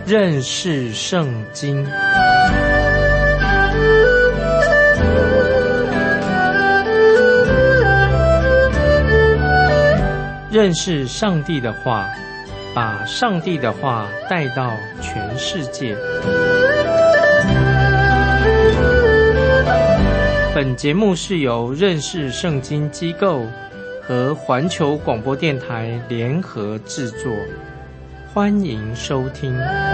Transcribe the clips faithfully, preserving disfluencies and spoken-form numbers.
认识圣经。认识上帝的话，把上帝的话带到全世界。本节目是由认识圣经机构和环球广播电台联合制作，欢迎收听。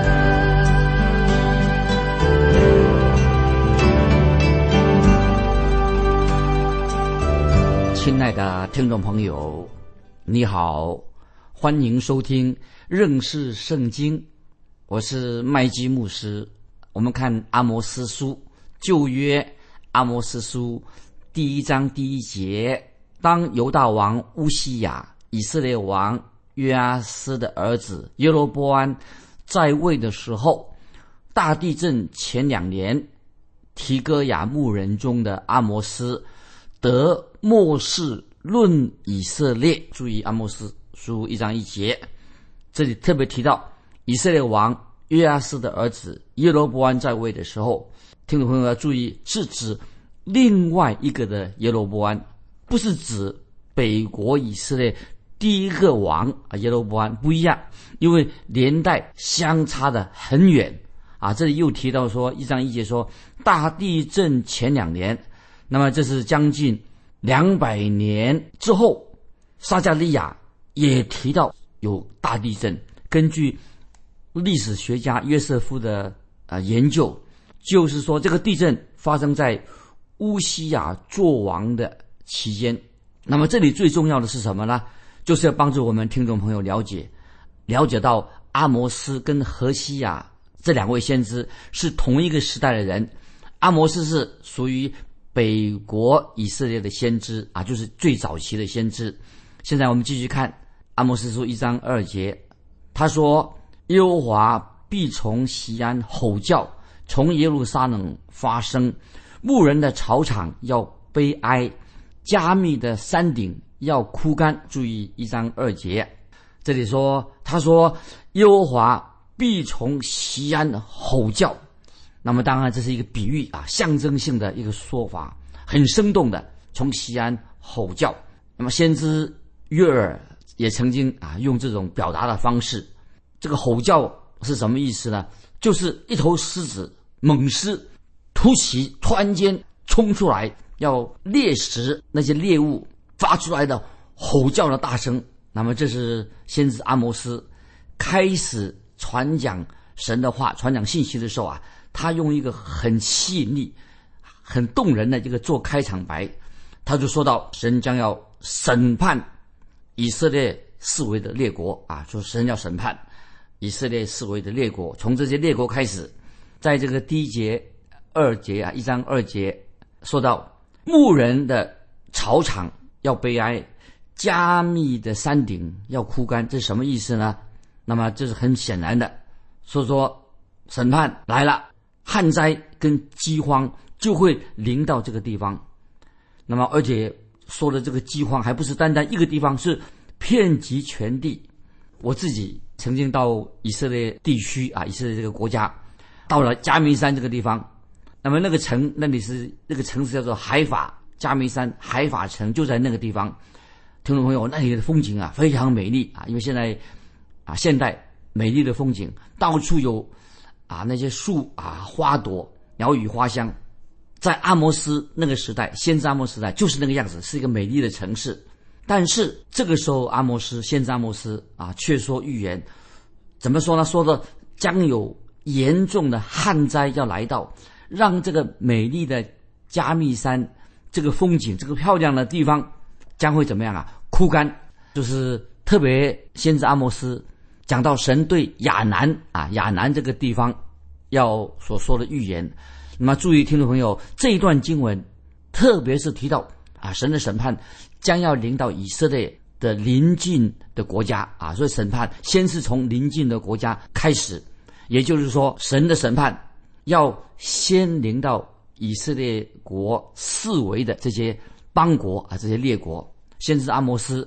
亲爱的听众朋友，你好，欢迎收听认识圣经，我是麦基牧师。我们看阿摩司书，旧约阿摩司书第一章第一节，当犹大王乌西雅、以色列王约阿斯的儿子耶罗波安在位的时候，大地震前两年，提哥亚牧人中的阿摩斯得末世论以色列。注意阿摩司书一章一节，这里特别提到以色列王约阿斯的儿子耶罗波安在位的时候，听众朋友要注意，是指另外一个的耶罗波安，不是指北国以色列第一个王啊，耶罗波安不一样，因为年代相差的很远啊。这里又提到说，一章一节说大地震前两年，那么这是将近两百年之后，撒迦利亚也提到有大地震。根据历史学家约瑟夫的呃研究，就是说这个地震发生在乌西雅作王的期间。那么这里最重要的是什么呢？就是要帮助我们听众朋友了解了解到阿摩斯跟何西雅这两位先知是同一个时代的人。阿摩斯是属于北国以色列的先知啊，就是最早期的先知。现在我们继续看阿摩司书一章二节，他说耶和华必从锡安吼叫，从耶路撒冷发声，牧人的草场要悲哀，加密的山顶要枯干。注意一章二节，这里说他说耶和华必从锡安吼叫，那么当然这是一个比喻啊，象征性的一个说法，很生动的从锡安吼叫。那么先知约珥也曾经啊用这种表达的方式。这个吼叫是什么意思呢？就是一头狮子猛狮突袭，突然间冲出来要猎食那些猎物，发出来的吼叫的大声。那么这是先知阿摩斯开始传讲神的话，传讲信息的时候啊，他用一个很细腻很动人的这个做开场白，他就说到神将要审判以色列四围的列国啊，说神要审判以色列四围的列国，从这些列国开始。在这个第一节二节啊，一章二节说到牧人的草场要悲哀，加密的山顶要枯干，这是什么意思呢？那么这是很显然的，所以说审判来了，旱灾跟饥荒就会临到这个地方。那么而且说的这个饥荒还不是单单一个地方，是遍及全地。我自己曾经到以色列地区啊，以色列这个国家，到了加密山这个地方，那么那个城那里是那个城市叫做海法，加密山海法城就在那个地方。听众朋友，那里的风景啊非常美丽啊，因为现在啊现代美丽的风景，到处有啊那些树啊花朵鸟语花香。在阿摩斯那个时代，先知阿摩斯时代就是那个样子，是一个美丽的城市。但是这个时候阿摩斯先知阿摩斯啊却说预言，怎么说呢？说的将有严重的旱灾要来到，让这个美丽的加密山这个风景这个漂亮的地方将会怎么样啊？枯干。就是特别先知阿摩斯讲到神对亚南啊亚南这个地方要所说的预言。那么注意听众朋友，这一段经文特别是提到啊神的审判将要临到以色列的邻近的国家啊，所以审判先是从邻近的国家开始，也就是说神的审判要先临到以色列国四围的这些邦国啊，这些列国。先知阿摩斯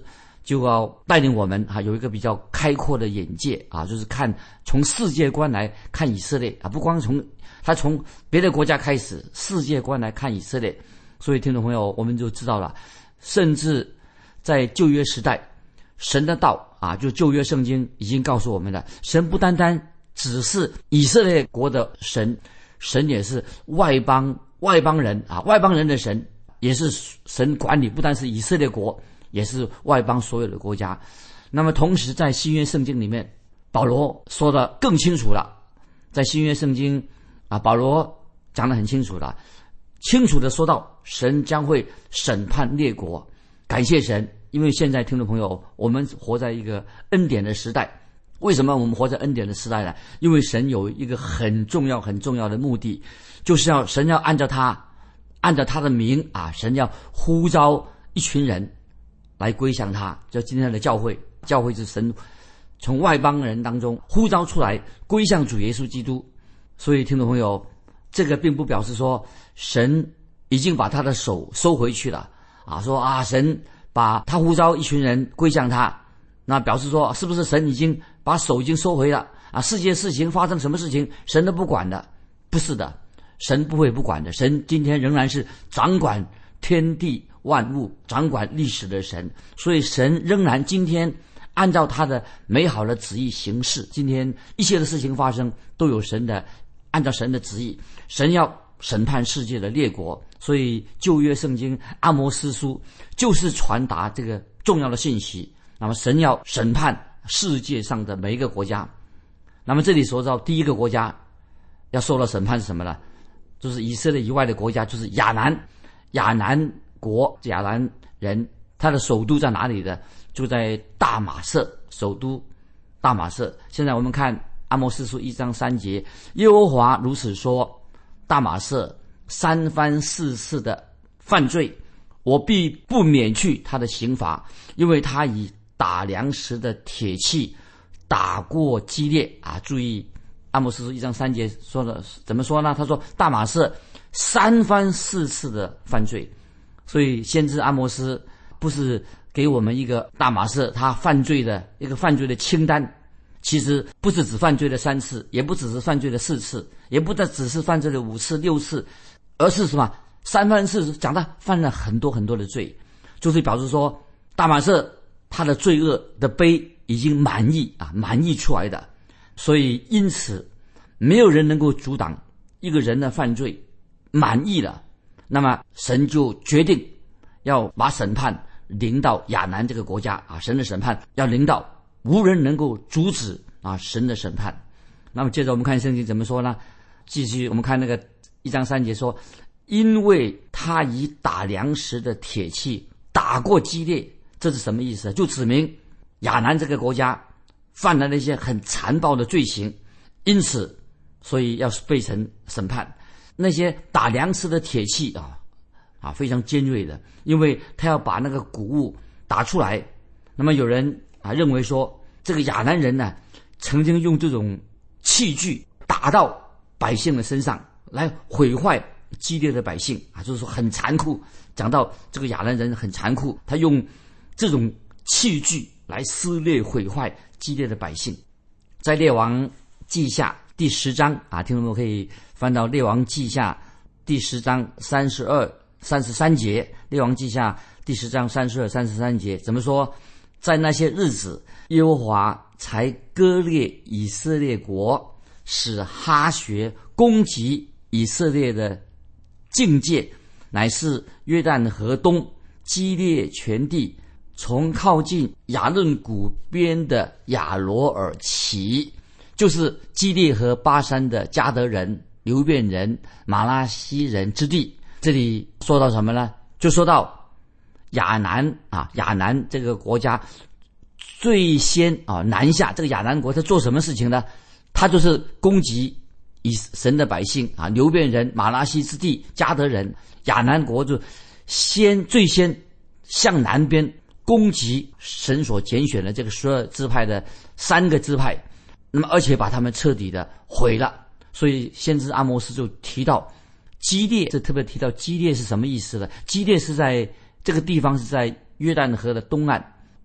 就要带领我们啊有一个比较开阔的眼界啊，就是看从世界观来看以色列啊，不光从他从别的国家开始，世界观来看以色列。所以听众朋友，我们就知道了，甚至在旧约时代，神的道啊，就旧约圣经已经告诉我们了，神不单单只是以色列国的神，神也是外邦外邦人啊，外邦人的神，也是神管理，不单是以色列国，也是外邦所有的国家。那么同时在新约圣经里面，保罗说的更清楚了，在新约圣经啊，保罗讲得很清楚了，清楚的说到神将会审判列国。感谢神，因为现在听众朋友，我们活在一个恩典的时代。为什么我们活在恩典的时代呢？因为神有一个很重要很重要的目的，就是要神要按照他按照他的名啊，神要呼召一群人来归向他。就今天的教会，教会是神从外邦人当中呼召出来归向主耶稣基督。所以听众朋友，这个并不表示说神已经把他的手收回去了啊，说啊神把他呼召一群人归向他，那表示说是不是神已经把手已经收回了啊？世界事情发生什么事情神都不管的？不是的，神不会不管的。神今天仍然是掌管天地万物，掌管历史的神。所以神仍然今天按照他的美好的旨意行事。今天一切的事情发生都有神的，按照神的旨意，神要审判世界的列国。所以旧约圣经阿摩司书就是传达这个重要的信息。那么神要审判世界上的每一个国家。那么这里说到第一个国家要受到审判是什么呢？就是以色列以外的国家，就是亚南。亚南国，亚南人，他的首都在哪里呢？就在大马色，首都大马色。现在我们看阿摩司书一章三节，耶和华如此说，大马色三番四次的犯罪，我必不免去他的刑罚，因为他以打粮食的铁器打过基列啊！注意阿摩司书一章三节说的怎么说呢？他说大马色三番四次的犯罪。所以先知阿摩司不是给我们一个大马色他犯罪的一个犯罪的清单，其实不是只犯罪了三次，也不只是犯罪了四次，也不只是犯罪了五次六次，而是什么？三番四次，讲他犯了很多很多的罪，就是表示说大马色他的罪恶的杯已经满溢啊，满溢出来的。所以因此没有人能够阻挡一个人的犯罪满溢了，那么神就决定要把审判临到亚南这个国家啊，神的审判要临到，无人能够阻止啊神的审判。那么接着我们看圣经怎么说呢？继续我们看那个一章三节说，因为他以打粮食的铁器打过基列。这是什么意思？就指明亚南这个国家犯了那些很残暴的罪行，因此所以要被神审判。那些打粮食的铁器啊啊非常尖锐的，因为他要把那个谷物打出来。那么有人啊认为说，这个亚南人呢曾经用这种器具打到百姓的身上，来毁坏基列的百姓啊，就是说很残酷。讲到这个亚南人很残酷，他用这种器具来撕裂毁坏基列的百姓。在列王记下第十章啊，听众们可以翻到列王记下第十章三十二、三十三节。列王记下第十章三十二、三十三节怎么说？在那些日子，耶和华才割裂以色列国，使哈学攻击以色列的境界，乃是约旦河东基列全地，从靠近雅嫩谷边的亚罗尔起，就是基列和巴山的迦得人、流便人、马拉西人之地。这里说到什么呢？就说到亚南啊，亚南这个国家最先啊南下。这个亚南国他做什么事情呢？他就是攻击以神的百姓啊，流便人、马拉西之地、迦得人。亚南国就先最先向南边攻击神所拣选的这个十二支派的三个支派，那么而且把他们彻底的毁了。所以先知阿摩司就提到基列，这特别提到基列是什么意思呢？基列是在这个地方是在约旦河的东岸，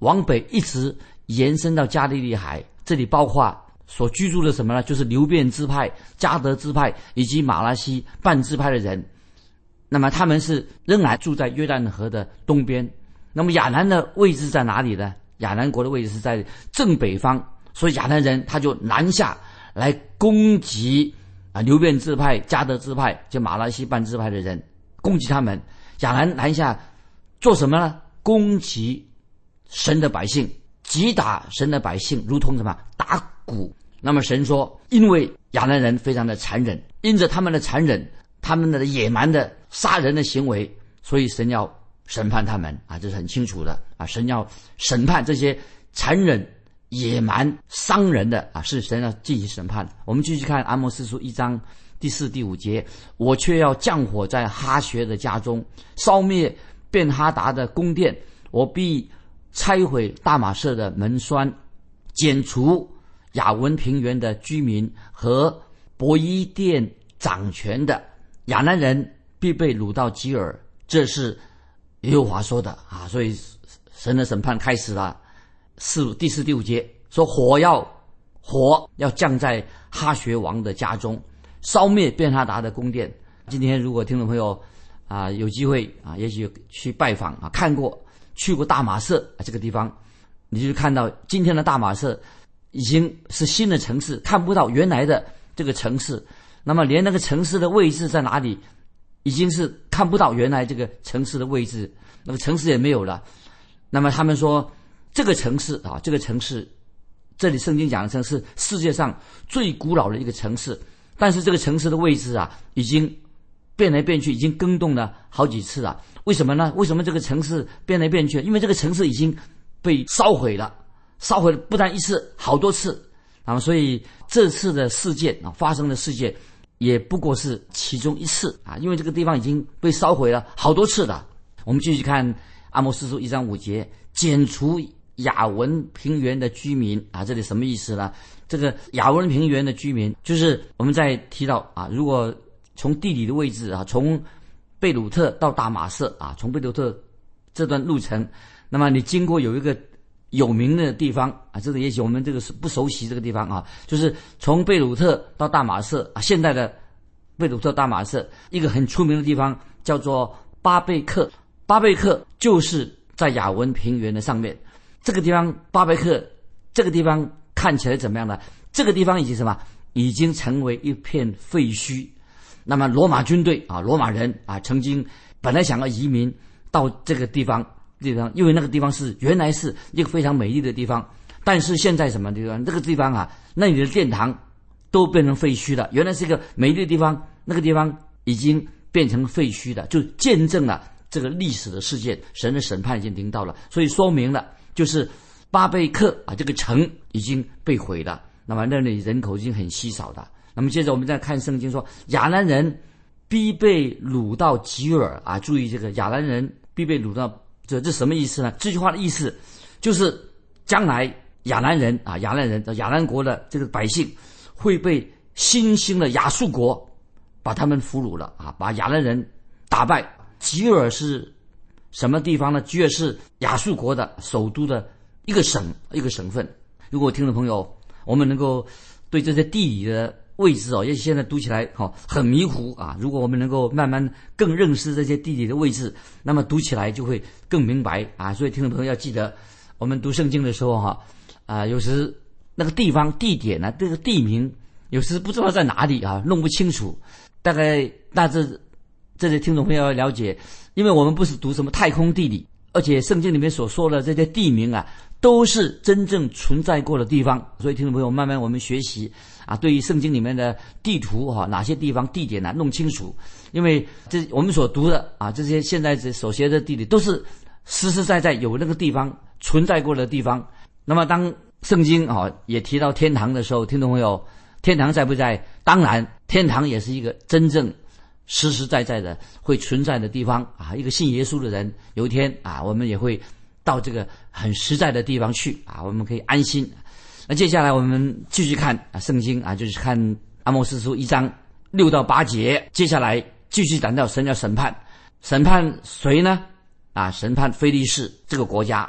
往北一直延伸到加利利海，这里包括所居住的什么呢？就是流便支派、迦得支派以及马拉西半支派的人。那么他们是仍然住在约旦河的东边。那么亚兰的位置在哪里呢？亚兰国的位置是在正北方，所以亚兰人他就南下来攻击啊流便支派、迦得支派，就马拉西半支派的人，攻击他们。亚兰南下做什么呢？攻击神的百姓，击打神的百姓，如同什么打鼓。那么神说，因为亚兰人非常的残忍，因着他们的残忍，他们的野蛮的杀人的行为，所以神要审判他们啊，这是很清楚的啊。神要审判这些残忍、野蛮、伤人的啊，是神要进行审判。我们继续看阿摩司书一章第四、第五节，我却要降火在哈学的家中，烧灭便哈达的宫殿，我必拆毁大马色的门栓，剪除亚文平原的居民和伯伊甸掌权的亚兰人，必被掳到基尔。这是耶和华说的啊，所以神的审判开始了。四第四、第五节说，火要火要降在哈学王的家中，烧灭便哈达的宫殿。今天如果听众朋友啊有机会啊，也许去拜访啊，看过去过大马色啊这个地方，你就看到今天的大马色已经是新的城市，看不到原来的这个城市。那么连那个城市的位置在哪里，已经是看不到原来这个城市的位置，那个城市也没有了。那么他们说这个城市啊，这个城市，这里圣经讲的城市世界上最古老的一个城市，但是这个城市的位置啊，已经变来变去，已经更动了好几次了。为什么呢？为什么这个城市变来变去？因为这个城市已经被烧毁了，烧毁了不但一次，好多次啊。所以这次的事件啊，发生的事件也不过是其中一次啊，因为这个地方已经被烧毁了好多次了。我们继续看阿摩司书一章五节，剪除亚文平原的居民啊，这里什么意思呢？这个亚文平原的居民，就是我们在提到啊，如果从地理的位置啊，从贝鲁特到大马色啊，从贝鲁特这段路程，那么你经过有一个有名的地方啊，这个也许我们这个是不熟悉这个地方啊，就是从贝鲁特到大马色啊，现在的贝鲁特大马色一个很出名的地方叫做巴贝克，巴贝克就是在亚文平原的上面。这个地方巴贝克这个地方看起来怎么样呢？这个地方已经什么？已经成为一片废墟。那么罗马军队啊，罗马人啊，曾经本来想要移民到这个地方地方，因为那个地方是原来是一个非常美丽的地方，但是现在什么地方？这个地方啊，那里的殿堂都变成废墟了。原来是一个美丽的地方，那个地方已经变成废墟了，就见证了这个历史的事件，神的审判已经临到了，所以说明了就是巴贝克啊这个城已经被毁了。那么那里人口已经很稀少的。那么接着我们再看圣经说，亚兰人必被掳到吉尔啊，注意这个亚兰人必被掳到，这这什么意思呢？这句话的意思就是将来亚兰人啊，亚兰人亚兰国的这个百姓会被新兴的亚述国把他们俘虏了啊，把亚兰人打败。吉尔是什么地方呢？吉尔是亚述国的首都的一个省一个省份。如果听众朋友我们能够对这些地理的位置哦，也许现在读起来哦很迷糊啊。如果我们能够慢慢更认识这些地理的位置，那么读起来就会更明白啊。所以听众朋友要记得，我们读圣经的时候哈啊，有时那个地方地点呢、啊，这个地名有时不知道在哪里啊，弄不清楚。大概大致这些听众朋友要了解，因为我们不是读什么太空地理，而且圣经里面所说的这些地名啊，都是真正存在过的地方。所以听众朋友慢慢我们学习啊，对于圣经里面的地图哈、啊，哪些地方地点呢、啊、弄清楚。因为这我们所读的啊，这些现在所学的地理都是实实在在有那个地方存在过的地方。那么当圣经啊也提到天堂的时候，听众朋友，天堂在不在？当然，天堂也是一个真正实实在在的会存在的地方啊！一个信耶稣的人，有一天啊，我们也会到这个很实在的地方去啊，我们可以安心。那接下来我们继续看啊，圣经啊，就是看阿摩司书一章六到八节。接下来继续谈到神要审判，审判谁呢？啊，审判非利士这个国家，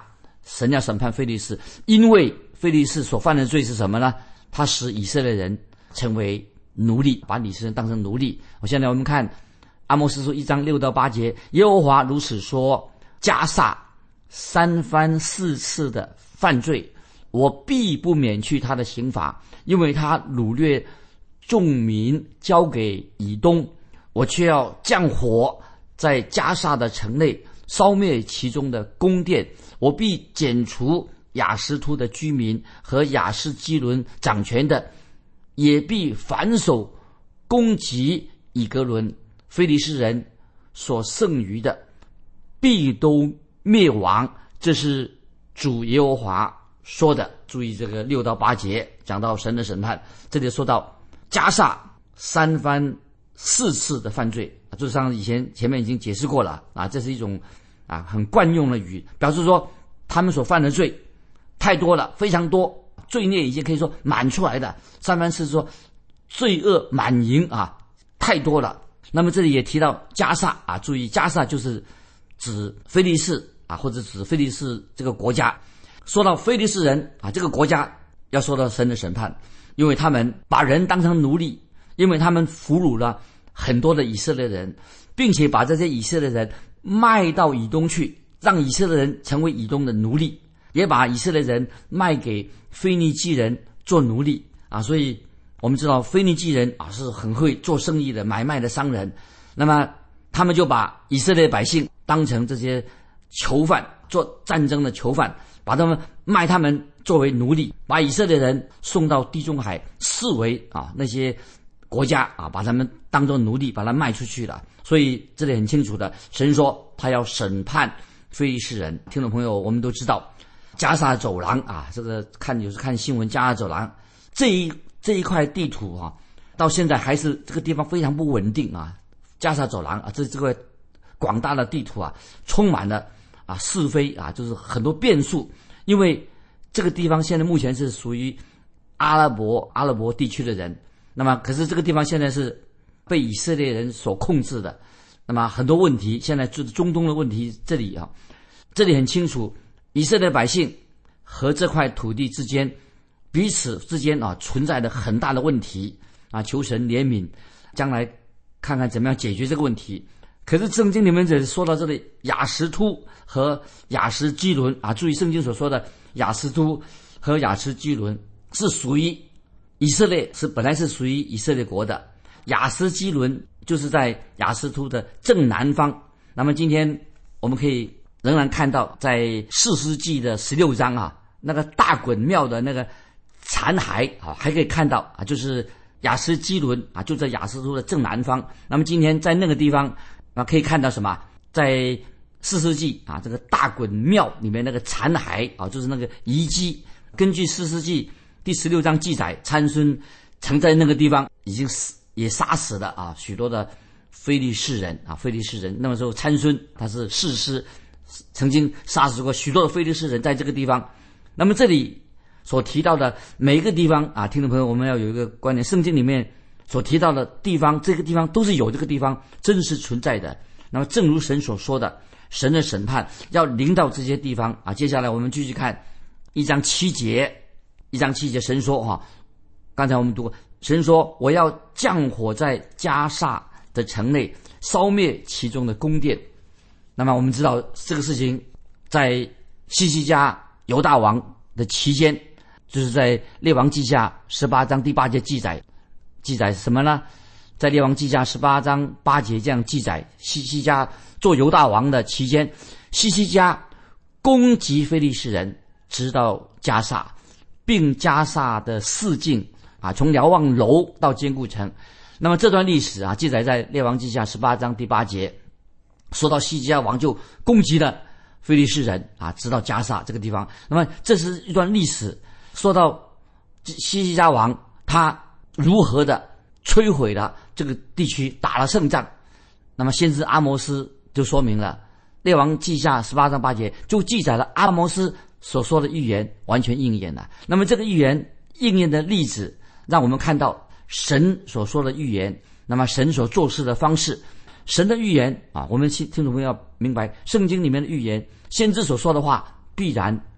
神要审判非利士，因为非利士所犯的罪是什么呢？他使以色列人成为奴隶，把以色列人当成奴隶。我现在我们看阿摩司书一章六到八节，耶和华如此说：迦萨三番四次的犯罪，我必不免去他的刑罚，因为他掳掠众民交给以东，我却要降火在迦萨的城内，烧灭其中的宫殿。我必剪除亚实突的居民和亚斯基伦掌权的，也必反手攻击以格伦，非利士人所剩余的必都灭亡。这是主耶和华说的。注意这个六到八节讲到神的审判，这里说到迦萨三番四次的犯罪，这上以前前面已经解释过了啊，这是一种啊很惯用的语，表示说他们所犯的罪太多了，非常多，罪孽已经可以说满出来的，三番四次说罪恶满盈啊，太多了。那么这里也提到迦萨啊，注意迦萨就是指非利士啊，或者指非利士这个国家。说到非利士人啊，这个国家要受到神的审判，因为他们把人当成奴隶，因为他们俘虏了很多的以色列人，并且把这些以色列人卖到以东去，让以色列人成为以东的奴隶，也把以色列人卖给非尼基人做奴隶啊。所以我们知道非尼基人啊是很会做生意的买卖的商人，那么他们就把以色列百姓当成这些囚犯，做战争的囚犯，把他们卖他们作为奴隶，把以色列人送到地中海视为啊那些国家啊，把他们当作奴隶，把他卖出去了。所以这里很清楚的，神说他要审判非利士人。听众朋友，我们都知道迦萨走廊啊，这个看有时看新闻，迦萨走廊这一这一块地图啊，到现在还是这个地方非常不稳定啊。迦萨走廊啊，这这块广大的地图啊，充满了啊是非啊，就是很多变数。因为这个地方现在目前是属于阿拉伯阿拉伯地区的人，那么可是这个地方现在是被以色列人所控制的，那么很多问题，现在就是中东的问题，这里啊，这里很清楚，以色列百姓和这块土地之间彼此之间啊存在着很大的问题啊，求神怜悯，将来看看怎么样解决这个问题。可是圣经里面这里说到这里，亚实突和亚斯基伦啊，注意圣经所说的亚实突和亚斯基伦是属于以色列，是本来是属于以色列国的。亚斯基伦就是在亚实突的正南方。那么今天我们可以仍然看到，在士师记的十六章啊，那个大衮庙的那个残骸啊，还可以看到啊，就是亚斯基伦啊，就在亚实突的正南方。那么今天在那个地方啊，可以看到什么？在士师记啊，这个大衮庙里面那个残骸啊，就是那个遗迹。根据士师记第十六章记载，参孙曾在那个地方已经死，也杀死了啊许多的非利士人啊，非利士人。那么时候参孙他是士师，曾经杀死过许多的非利士人在这个地方。那么这里所提到的每一个地方啊，听众朋友，我们要有一个观念，圣经里面所提到的地方，这个地方都是有这个地方真实存在的。那么正如神所说的，神的审判要临到这些地方啊。接下来我们继续看一章七节，一章七节神说哈、啊，刚才我们读过，神说我要降火在迦萨的城内，烧灭其中的宫殿。那么我们知道这个事情在希西家犹大王的期间，就是在列王记下十八章第八节记载，记载什么呢？在列王记下十八章八节这样记载，希西家做犹大王的期间，希西家攻击非利士人，直到迦萨，并迦萨的四境啊，从瞭望楼到坚固城。那么这段历史啊，记载在列王记下十八章第八节，说到希西家王就攻击了非利士人啊，直到迦萨这个地方。那么这是一段历史，说到希西家王他如何的摧毁了这个地区，打了胜仗。那么先知阿摩斯就说明了，列王记下十八章八节就记载了阿摩斯所说的预言完全应验了。那么这个预言应验的例子，让我们看到神所说的预言，那么神所做事的方式。神的预言啊，我们听众朋友要明白，圣经里面的预言，先知所说的话必然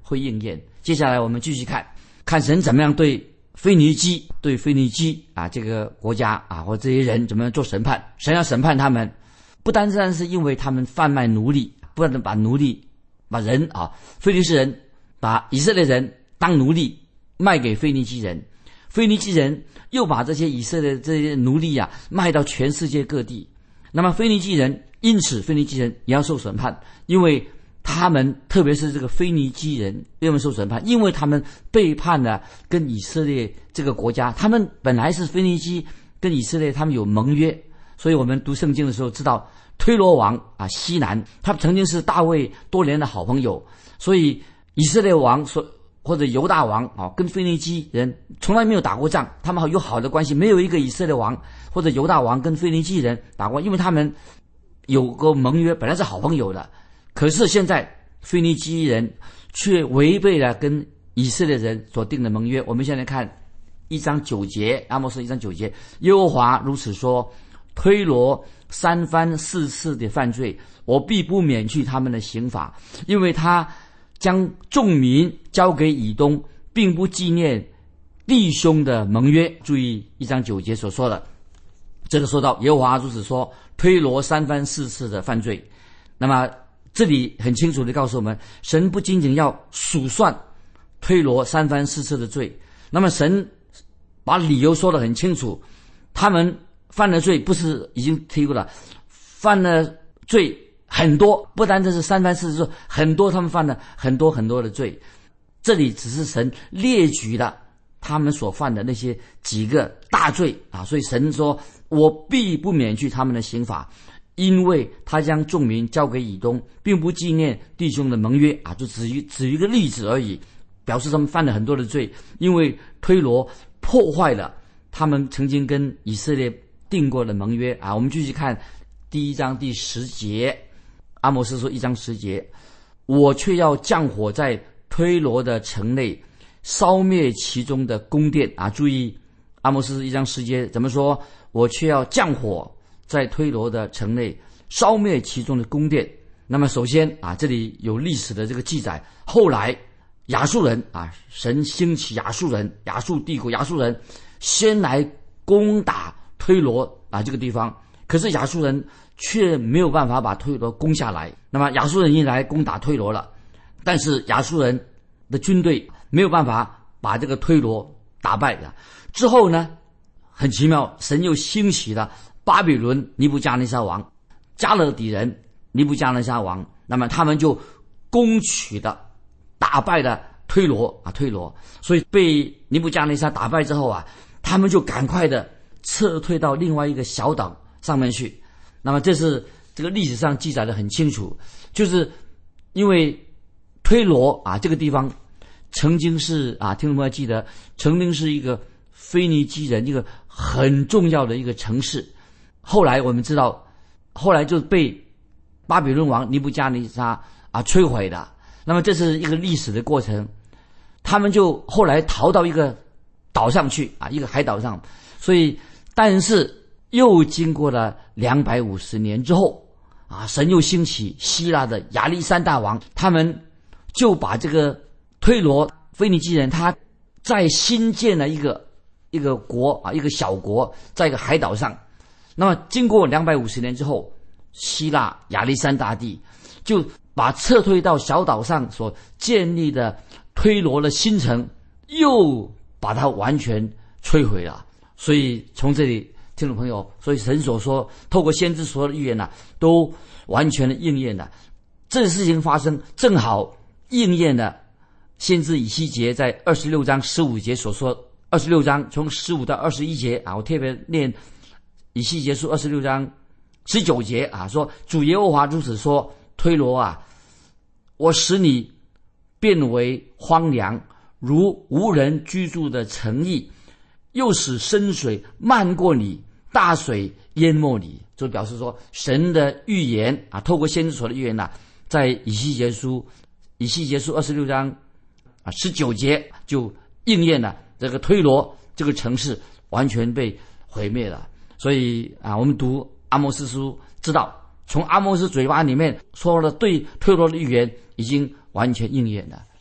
会应验。接下来我们继续看，看神怎么样对腓尼基对腓尼基啊这个国家啊或这些人怎么样做审判。神要审判他们，不单单是因为他们贩卖奴隶，不然把奴隶把人啊腓尼斯人把以色列人当奴隶卖给腓尼基人，腓尼基人又把这些以色列这些奴隶啊卖到全世界各地。那么腓尼基人因此腓尼基人也要受审判，因为他们特别是这个腓尼基人为什么受审判？因为他们背叛了跟以色列这个国家，他们本来是腓尼基跟以色列他们有盟约，所以我们读圣经的时候知道推罗王啊西南他曾经是大卫多年的好朋友，所以以色列王所或者犹大王啊跟腓尼基人从来没有打过仗，他们有好的关系，没有一个以色列王或者犹大王跟腓尼基人打过，因为他们有个盟约，本来是好朋友的。可是现在腓尼基人却违背了跟以色列人所定的盟约。我们现在看一章九节，阿摩斯一章九节，耶和华如此说：推罗三番四次的犯罪，我必不免去他们的刑罚，因为他将众民交给以东，并不纪念弟兄的盟约。注意一章九节所说的，这个说到耶和华如此说，推罗三番四次的犯罪。那么这里很清楚地告诉我们，神不仅仅要数算推罗三番四次的罪，那么神把理由说得很清楚，他们犯了罪，不是已经提过了，犯了罪很多，不单单是三番四次，很多他们犯了很多很多的罪。这里只是神列举了他们所犯的那些几个大罪啊，所以神说我必不免去他们的刑罚，因为他将众民交给以东，并不纪念弟兄的盟约啊，就只一只一个例子而已，表示他们犯了很多的罪，因为推罗破坏了他们曾经跟以色列定过的盟约啊。我们继续看第一章第十节，阿摩斯说一章十节，我却要降火在推罗的城内，烧灭其中的宫殿啊。注意阿摩斯一章十节怎么说？我却要降火在推罗的城内，烧灭其中的宫殿。那么首先啊，这里有历史的这个记载，后来亚述人啊，神兴起亚述人，亚述帝国亚述人先来攻打推罗啊这个地方，可是亚述人却没有办法把推罗攻下来。那么亚述人一来攻打推罗了，但是亚述人的军队没有办法把这个推罗打败了。之后呢，很奇妙，神又兴起了巴比伦尼布加尼撒王、加勒底人尼布加尼撒王，那么他们就攻取了打败了推罗啊推罗，所以被尼布加尼撒打败之后啊，他们就赶快的撤退到另外一个小岛上面去。那么这是这个历史上记载的很清楚，就是因为推罗啊这个地方曾经是啊，听众朋友记得，曾经是一个腓尼基人一个很重要的一个城市。后来我们知道，后来就被巴比伦王尼布加尼撒啊摧毁的。那么这是一个历史的过程，他们就后来逃到一个岛上去啊，一个海岛上。所以，但是又经过了两百五十年之后啊，神又兴起希腊的亚历山大王，他们就把这个推罗腓尼基人，他在新建了一个一个国啊，一个小国，在一个海岛上。那么经过两百五十年之后，希腊亚历山大帝就把撤退到小岛上所建立的推罗的新城又把它完全摧毁了。所以从这里听众朋友，所以神所说透过先知所有的预言啊，都完全的应验了。这个事情发生正好应验了先知以西结在二十六章十五节所说，二十六章从十五到二十一节啊，我特别念以西结书二十六章十九节啊，说主耶和华如此说，推罗啊，我使你变为荒凉，如无人居住的城邑，又使深水漫过你，大水淹没你。就表示说神的预言啊，透过先知所的预言啊，在以西结书以西结书二十六章啊十九节就应验了，这个推罗这个城市完全被毁灭了。所以啊，我们读阿摩斯书知道，从阿摩斯嘴巴里面说了对推罗的预言已经完全应验了。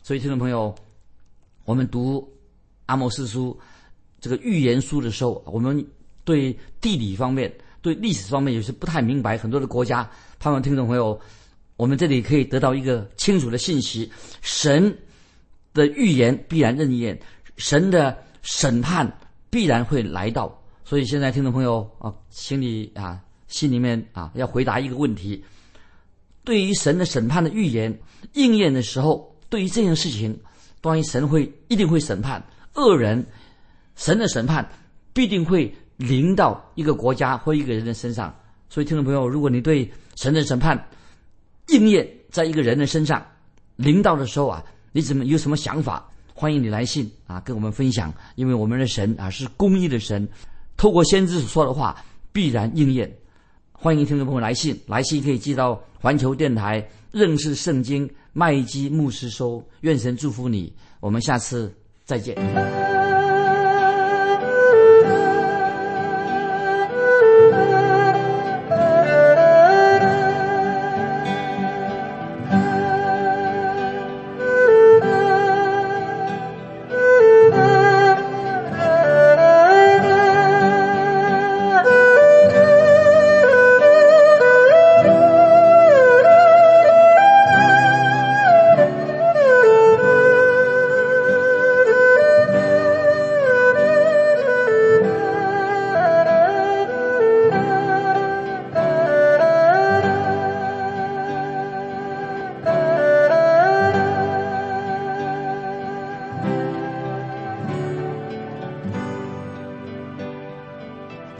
所以听众朋友，我们读阿摩司书这个预言书的时候，我们对地理方面、对历史方面有些不太明白，很多的国家，盼望听众朋友，我们这里可以得到一个清楚的信息：神的预言必然应验，神的审判必然会来到。所以现在听众朋友啊，请你啊心里面啊要回答一个问题：对于神的审判的预言应验的时候，对于这件事情，关于神会一定会审判恶人，神的审判必定会临到一个国家或一个人的身上。所以听众朋友，如果你对神的审判应验在一个人的身上临到的时候啊，你怎么有什么想法？欢迎你来信啊，跟我们分享。因为我们的神啊是公义的神，透过先知所说的话必然应验。欢迎听众朋友来信，来信可以寄到环球电台认识圣经麦基牧师收。愿神祝福你，我们下次再见。